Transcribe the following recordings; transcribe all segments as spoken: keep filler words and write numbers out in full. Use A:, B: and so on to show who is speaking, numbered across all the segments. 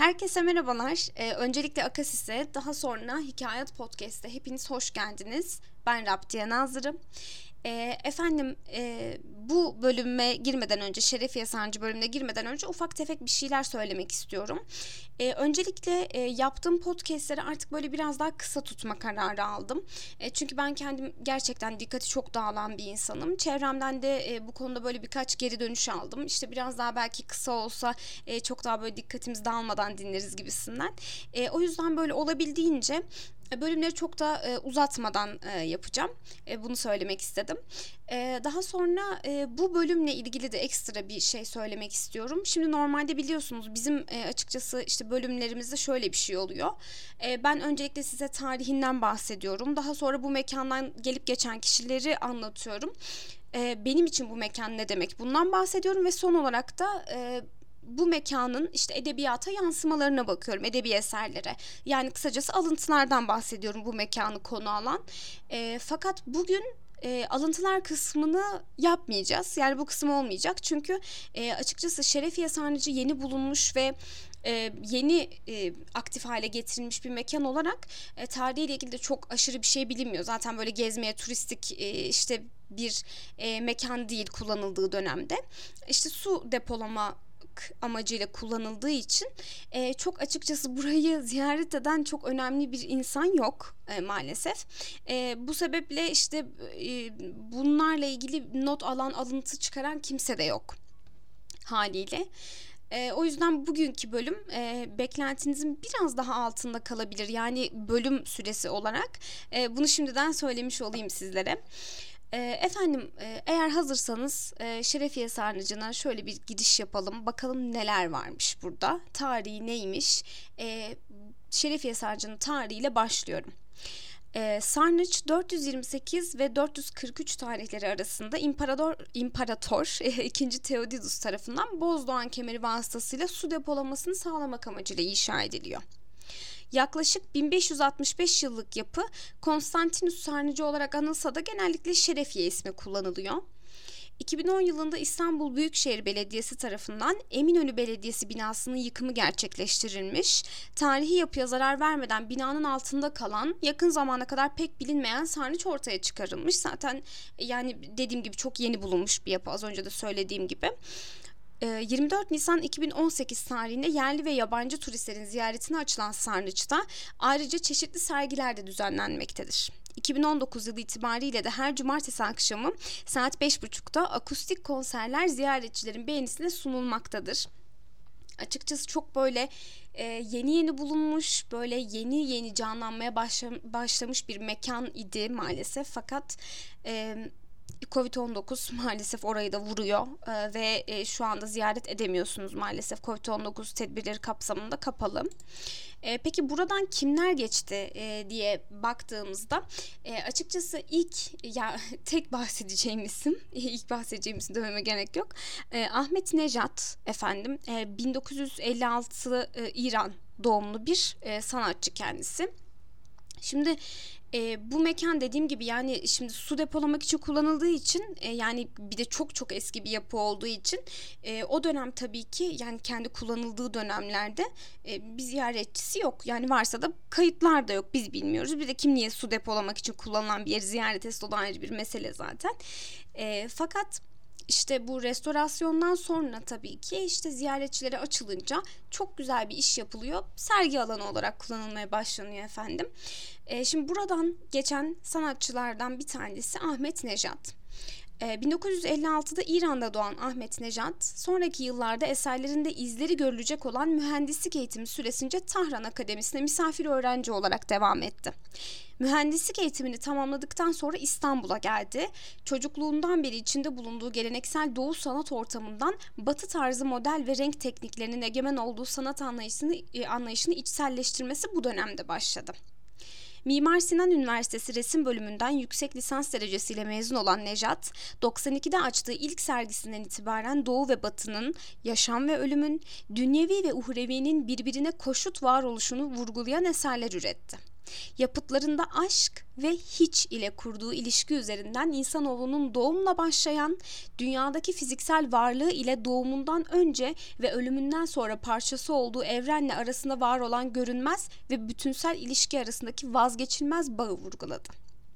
A: Herkese merhabalar. Ee, öncelikle Akasis'e, daha sonra Hikayet Podcast'e hepiniz hoş geldiniz. Ben Rabtiye Nazırım. Ee, efendim e, bu bölüme girmeden önce, Şerefiye Sancı bölümüne girmeden önce ufak tefek bir şeyler söylemek istiyorum. Ee, öncelikle e, yaptığım podcastleri artık böyle biraz daha kısa tutma kararı aldım. E, çünkü ben kendim gerçekten dikkati çok dağılan bir insanım. Çevremden de e, bu konuda böyle birkaç geri dönüş aldım. İşte biraz daha belki kısa olsa e, çok daha böyle dikkatimiz dağılmadan dinleriz gibisinden. E, o yüzden böyle olabildiğince bölümleri çok da e, uzatmadan e, yapacağım. E, bunu söylemek istedim. E, daha sonra e, bu bölümle ilgili de ekstra bir şey söylemek istiyorum. Şimdi normalde biliyorsunuz bizim e, açıkçası işte bölümlerimizde şöyle bir şey oluyor. E, ben öncelikle size tarihinden bahsediyorum. Daha sonra bu mekandan gelip geçen kişileri anlatıyorum. E, benim için bu mekan ne demek? Bundan bahsediyorum ve son olarak da E, bu mekanın işte edebiyata yansımalarına bakıyorum, edebi eserlere. Yani kısacası alıntılardan bahsediyorum bu mekanı konu alan. E, fakat bugün e, alıntılar kısmını yapmayacağız. Yani bu kısım olmayacak. Çünkü e, açıkçası Şerefiye Sarnıcı yeni bulunmuş ve e, yeni e, aktif hale getirilmiş bir mekan olarak e, tarihiyle ilgili de çok aşırı bir şey bilinmiyor. Zaten böyle gezmeye, turistik e, işte bir e, mekan değil kullanıldığı dönemde. İşte su depolama amacıyla kullanıldığı için e, çok açıkçası burayı ziyaret eden çok önemli bir insan yok e, maalesef. E, bu sebeple işte e, bunlarla ilgili not alan, alıntı çıkaran kimse de yok haliyle. E, o yüzden bugünkü bölüm e, beklentinizin biraz daha altında kalabilir. Yani bölüm süresi olarak e, bunu şimdiden söylemiş olayım sizlere. Efendim eğer hazırsanız Şerefiye Sarnıcı'na şöyle bir gidiş yapalım. Bakalım neler varmış burada. Tarihi neymiş? Şerefiye Sarnıcı'nın tarihiyle başlıyorum. Sarnıç dört yüz yirmi sekiz ve dört yüz kırk üç tarihleri arasında İmparator, İmparator ikinci. Theodosius tarafından Bozdoğan Kemeri vasıtasıyla su depolamasını sağlamak amacıyla inşa ediliyor. Yaklaşık bin beş yüz altmış beş yıllık yapı Konstantinus Sarnıcı olarak anılsa da genellikle Şerefiye ismi kullanılıyor. iki bin on yılında İstanbul Büyükşehir Belediyesi tarafından Eminönü Belediyesi binasının yıkımı gerçekleştirilmiş. Tarihi yapıya zarar vermeden binanın altında kalan, yakın zamana kadar pek bilinmeyen sarnıç ortaya çıkarılmış. Zaten yani dediğim gibi çok yeni bulunmuş bir yapı, az önce de söylediğim gibi. yirmi dört Nisan iki bin on sekiz tarihinde yerli ve yabancı turistlerin ziyaretine açılan sarnıçta ayrıca çeşitli sergiler de düzenlenmektedir. iki bin on dokuz yılı itibariyle de her cumartesi akşamı saat beş buçukta akustik konserler ziyaretçilerin beğenisine sunulmaktadır. Açıkçası çok böyle e, yeni yeni bulunmuş, böyle yeni yeni canlanmaya başla, başlamış bir mekan idi maalesef. Fakat e, covid on dokuz maalesef orayı da vuruyor ee, ve e, şu anda ziyaret edemiyorsunuz maalesef. covid on dokuz tedbirleri kapsamında kapalı. E, peki buradan kimler geçti e, diye baktığımızda e, açıkçası ilk ya tek bahsedeceğim isim, ilk bahsedeceğim isim dememe gerek yok. E, Ahmet Nejat efendim e, bin dokuz yüz elli altı e, İran doğumlu bir e, sanatçı kendisi. Şimdi e, bu mekan dediğim gibi yani şimdi su depolamak için kullanıldığı için e, yani bir de çok çok eski bir yapı olduğu için e, o dönem tabii ki yani kendi kullanıldığı dönemlerde e, bir ziyaretçisi yok. Yani varsa da kayıtlar da yok, biz bilmiyoruz. Bir de kim niye su depolamak için kullanılan bir yeri ziyaret etsin, o da ayrı bir mesele zaten. E, fakat İşte bu restorasyondan sonra tabii ki işte ziyaretçilere açılınca çok güzel bir iş yapılıyor. Sergi alanı olarak kullanılmaya başlanıyor efendim. E, şimdi buradan geçen sanatçılardan bir tanesi Ahmet Nejat. bin dokuz yüz elli altıda İran'da doğan Ahmet Nejat, sonraki yıllarda eserlerinde izleri görülecek olan mühendislik eğitimi süresince Tahran Akademisi'ne misafir öğrenci olarak devam etti. Mühendislik eğitimini tamamladıktan sonra İstanbul'a geldi. Çocukluğundan beri içinde bulunduğu geleneksel Doğu sanat ortamından Batı tarzı model ve renk tekniklerinin egemen olduğu sanat anlayışını, anlayışını içselleştirmesi bu dönemde başladı. Mimar Sinan Üniversitesi Resim Bölümünden yüksek lisans derecesiyle mezun olan Nejat, doksan ikide açtığı ilk sergisinden itibaren Doğu ve Batı'nın, yaşam ve ölümün, dünyevi ve uhrevinin birbirine koşut varoluşunu vurgulayan eserler üretti. Yapıtlarında aşk ve hiç ile kurduğu ilişki üzerinden insanoğlunun doğumla başlayan, dünyadaki fiziksel varlığı ile doğumundan önce ve ölümünden sonra parçası olduğu evrenle arasında var olan görünmez ve bütünsel ilişki arasındaki vazgeçilmez bağı vurguladı.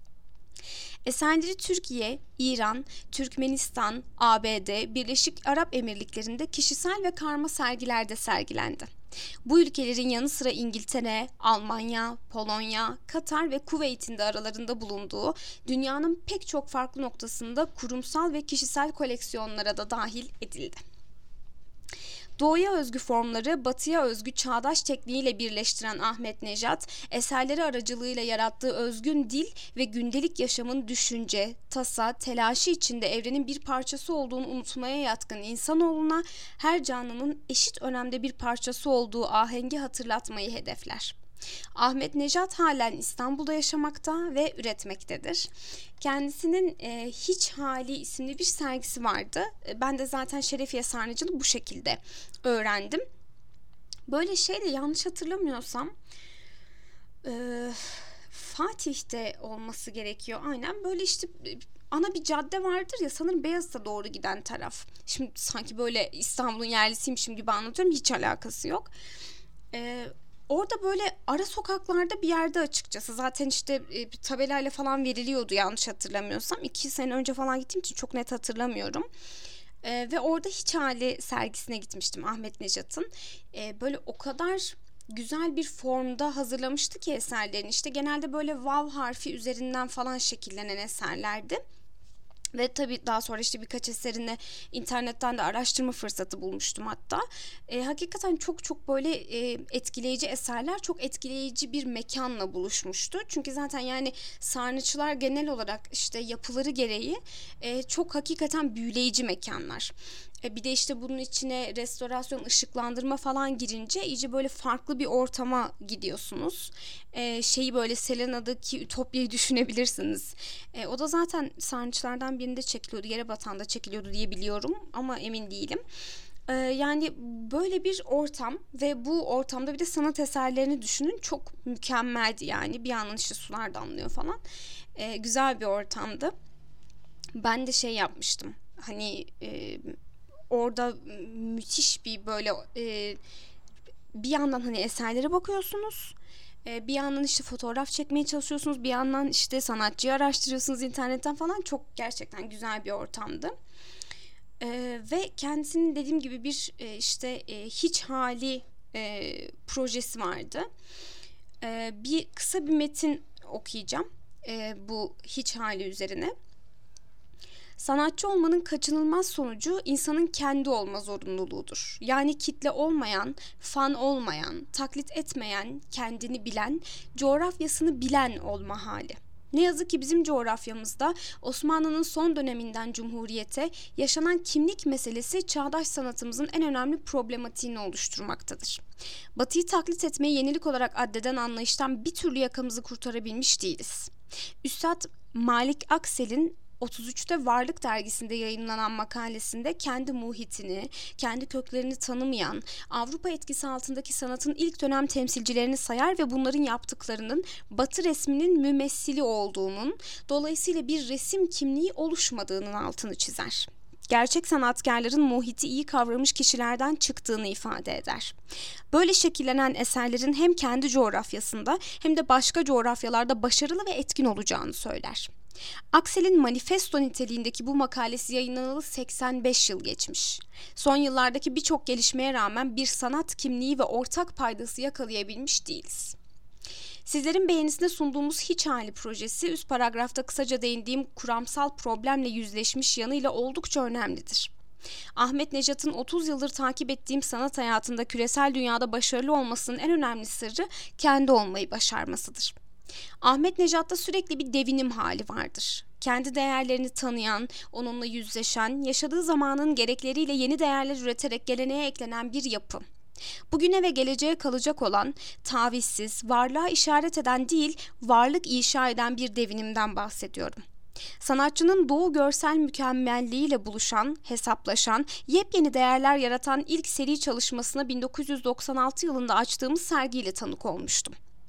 A: Eserleri Türkiye, İran, Türkmenistan, A B D, Birleşik Arap Emirlikleri'nde kişisel ve karma sergilerde sergilendi. Bu ülkelerin yanı sıra İngiltere, Almanya, Polonya, Katar ve Kuveyt'in de aralarında bulunduğu dünyanın pek çok farklı noktasında kurumsal ve kişisel koleksiyonlara da dahil edildi. Doğuya özgü formları batıya özgü çağdaş tekniğiyle birleştiren Ahmet Necat, eserleri aracılığıyla yarattığı özgün dil ve gündelik yaşamın düşünce, tasa, telaşı içinde evrenin bir parçası olduğunu unutmaya yatkın insanoğluna her canlının eşit önemde bir parçası olduğu ahengi hatırlatmayı hedefler. Ahmet Necat halen İstanbul'da yaşamakta ve üretmektedir. Kendisinin e, Hiç Hali isimli bir sergisi vardı. Ben de zaten Şerefiye Sarnıcı'nı bu şekilde öğrendim. Böyle şey de yanlış hatırlamıyorsam e, Fatih'te olması gerekiyor. Aynen böyle işte ana bir cadde vardır ya, sanırım Beyazıt'a doğru giden taraf. Şimdi sanki böyle İstanbul'un yerlisiymişim gibi anlatıyorum, hiç alakası yok. Eee Orada böyle ara sokaklarda bir yerde açıkçası. Zaten işte e, bir tabelayla falan veriliyordu yanlış hatırlamıyorsam. İki sene önce falan gittiğim için çok net hatırlamıyorum. E, ve orada Hiç Hali sergisine gitmiştim Ahmet Necat'ın. E, böyle o kadar güzel bir formda hazırlamıştı ki eserlerini. İşte genelde böyle vav harfi üzerinden falan şekillenen eserlerdi. Ve tabii daha sonra işte birkaç eserini internetten de araştırma fırsatı bulmuştum hatta. E, hakikaten çok çok böyle e, etkileyici eserler, çok etkileyici bir mekanla buluşmuştu. Çünkü zaten yani sarnıçlar genel olarak işte yapıları gereği e, çok hakikaten büyüleyici mekanlar. E, bir de işte bunun içine restorasyon, ışıklandırma falan girince iyice böyle farklı bir ortama gidiyorsunuz. E, şeyi böyle Selena'daki Ütopya'yı düşünebilirsiniz. E, o da zaten sarnıçlardan birinde çekiliyordu, Yere Batan'da çekiliyordu diye biliyorum ama emin değilim. E, yani böyle bir ortam ve bu ortamda bir de sanat eserlerini düşünün, çok mükemmeldi yani. Bir yandan işte sular damlıyor falan. E, güzel bir ortamdı. Ben de şey yapmıştım. Hani e, orada müthiş bir böyle e, bir yandan hani eserlere bakıyorsunuz, e, bir yandan işte fotoğraf çekmeye çalışıyorsunuz, bir yandan işte sanatçıyı araştırıyorsunuz internetten falan. Çok gerçekten güzel bir ortamdı. E, ve kendisinin dediğim gibi bir e, işte e, Hiç Hali e, projesi vardı. E, bir kısa bir metin okuyacağım e, bu Hiç Hali üzerine. Sanatçı olmanın kaçınılmaz sonucu insanın kendi olma zorunluluğudur. Yani kitle olmayan, fan olmayan, taklit etmeyen, kendini bilen, coğrafyasını bilen olma hali. Ne yazık ki bizim coğrafyamızda Osmanlı'nın son döneminden Cumhuriyete yaşanan kimlik meselesi çağdaş sanatımızın en önemli problematiğini oluşturmaktadır. Batı'yı taklit etmeyi yenilik olarak addeden anlayıştan bir türlü yakamızı kurtarabilmiş değiliz. Üstad Malik Aksel'in otuz üçte Varlık dergisinde yayınlanan makalesinde kendi muhitini, kendi köklerini tanımayan, Avrupa etkisi altındaki sanatın ilk dönem temsilcilerini sayar ve bunların yaptıklarının Batı resminin mümessili olduğunun, dolayısıyla bir resim kimliği oluşmadığının altını çizer. Gerçek sanatkarların muhiti iyi kavramış kişilerden çıktığını ifade eder. Böyle şekillenen eserlerin hem kendi coğrafyasında hem de başka coğrafyalarda başarılı ve etkin olacağını söyler. Aksel'in manifesto niteliğindeki bu makalesi yayınlanalı seksen beş yıl geçmiş. Son yıllardaki birçok gelişmeye rağmen bir sanat kimliği ve ortak paydası yakalayabilmiş değiliz. Sizlerin beğenisine sunduğumuz Hiç Hali projesi üst paragrafta kısaca değindiğim kuramsal problemle yüzleşmiş yanıyla oldukça önemlidir. Ahmet Necat'ın otuz yıldır takip ettiğim sanat hayatında küresel dünyada başarılı olmasının en önemli sırrı kendi olmayı başarmasıdır. Ahmet Necat'ta sürekli bir devinim hali vardır. Kendi değerlerini tanıyan, onunla yüzleşen, yaşadığı zamanın gerekleriyle yeni değerler üreterek geleneğe eklenen bir yapı. Bugüne ve geleceğe kalacak olan, tavizsiz, varlığa işaret eden değil, varlık inşa eden bir devinimden bahsediyorum. Sanatçının doğu görsel mükemmelliğiyle buluşan, hesaplaşan, yepyeni değerler yaratan ilk seri çalışmasına bin dokuz yüz doksan altı yılında açtığımız sergiyle tanık olmuştum.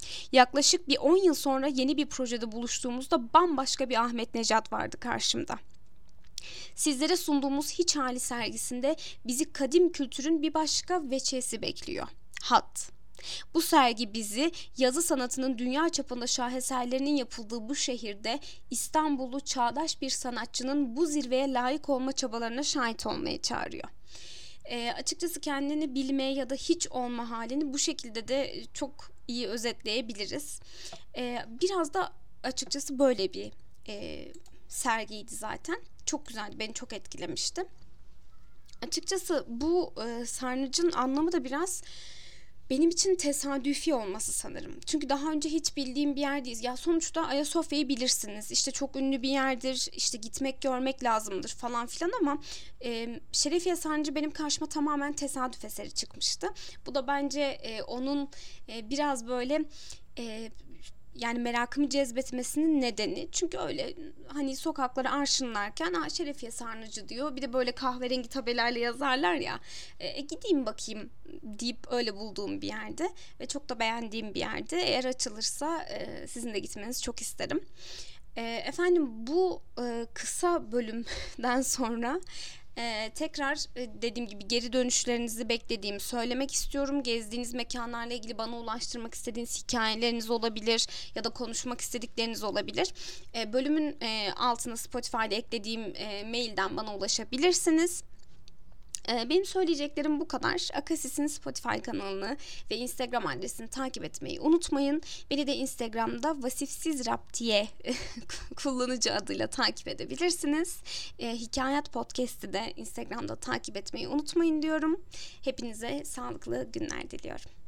A: Yaklaşık bir on yıl sonra yeni bir projede buluştuğumuzda bambaşka bir Ahmet Necat vardı karşımda. Sizlere sunduğumuz Hiç Hali sergisinde bizi kadim kültürün bir başka veçesi bekliyor. Hat. Bu sergi bizi yazı sanatının dünya çapında şaheserlerinin yapıldığı bu şehirde İstanbullu çağdaş bir sanatçının bu zirveye layık olma çabalarına şahit olmaya çağırıyor. E, açıkçası kendini bilmeye ya da hiç olma halini bu şekilde de çok iyi özetleyebiliriz. E, biraz da açıkçası böyle bir e, sergiydi zaten. Çok güzeldi, beni çok etkilemişti. Açıkçası bu e, sarnıcın anlamı da biraz benim için tesadüfi olması sanırım. Çünkü daha önce hiç bildiğim bir yerdeyiz. Ya sonuçta Ayasofya'yı bilirsiniz. İşte çok ünlü bir yerdir. İşte gitmek, görmek lazımdır falan filan ama e, Şerefiye Sarnıcı benim karşıma tamamen tesadüf eseri çıkmıştı. Bu da bence e, onun e, biraz böyle e, yani merakımı cezbetmesinin nedeni. Çünkü öyle hani sokakları arşınlarken ha, Şerefiye Sarnıcı diyor. Bir de böyle kahverengi tabelayla yazarlar ya. E, gideyim bakayım deyip öyle bulduğum bir yerde ve çok da beğendiğim bir yerde. Eğer açılırsa e, sizin de gitmenizi çok isterim. E, efendim bu e, kısa bölümden sonra Ee, tekrar e, dediğim gibi geri dönüşlerinizi beklediğimi söylemek istiyorum. Gezdiğiniz mekanlarla ilgili bana ulaştırmak istediğiniz hikayeleriniz olabilir ya da konuşmak istedikleriniz olabilir. Ee, bölümün e, altına Spotify'da eklediğim e, mailden bana ulaşabilirsiniz. Benim söyleyeceklerim bu kadar. Akasis'in Spotify kanalını ve Instagram adresini takip etmeyi unutmayın. Beni de Instagram'da vasifsizraptiye kullanıcı adıyla takip edebilirsiniz. Hikayat Podcast'ı da Instagram'da takip etmeyi unutmayın diyorum. Hepinize sağlıklı günler diliyorum.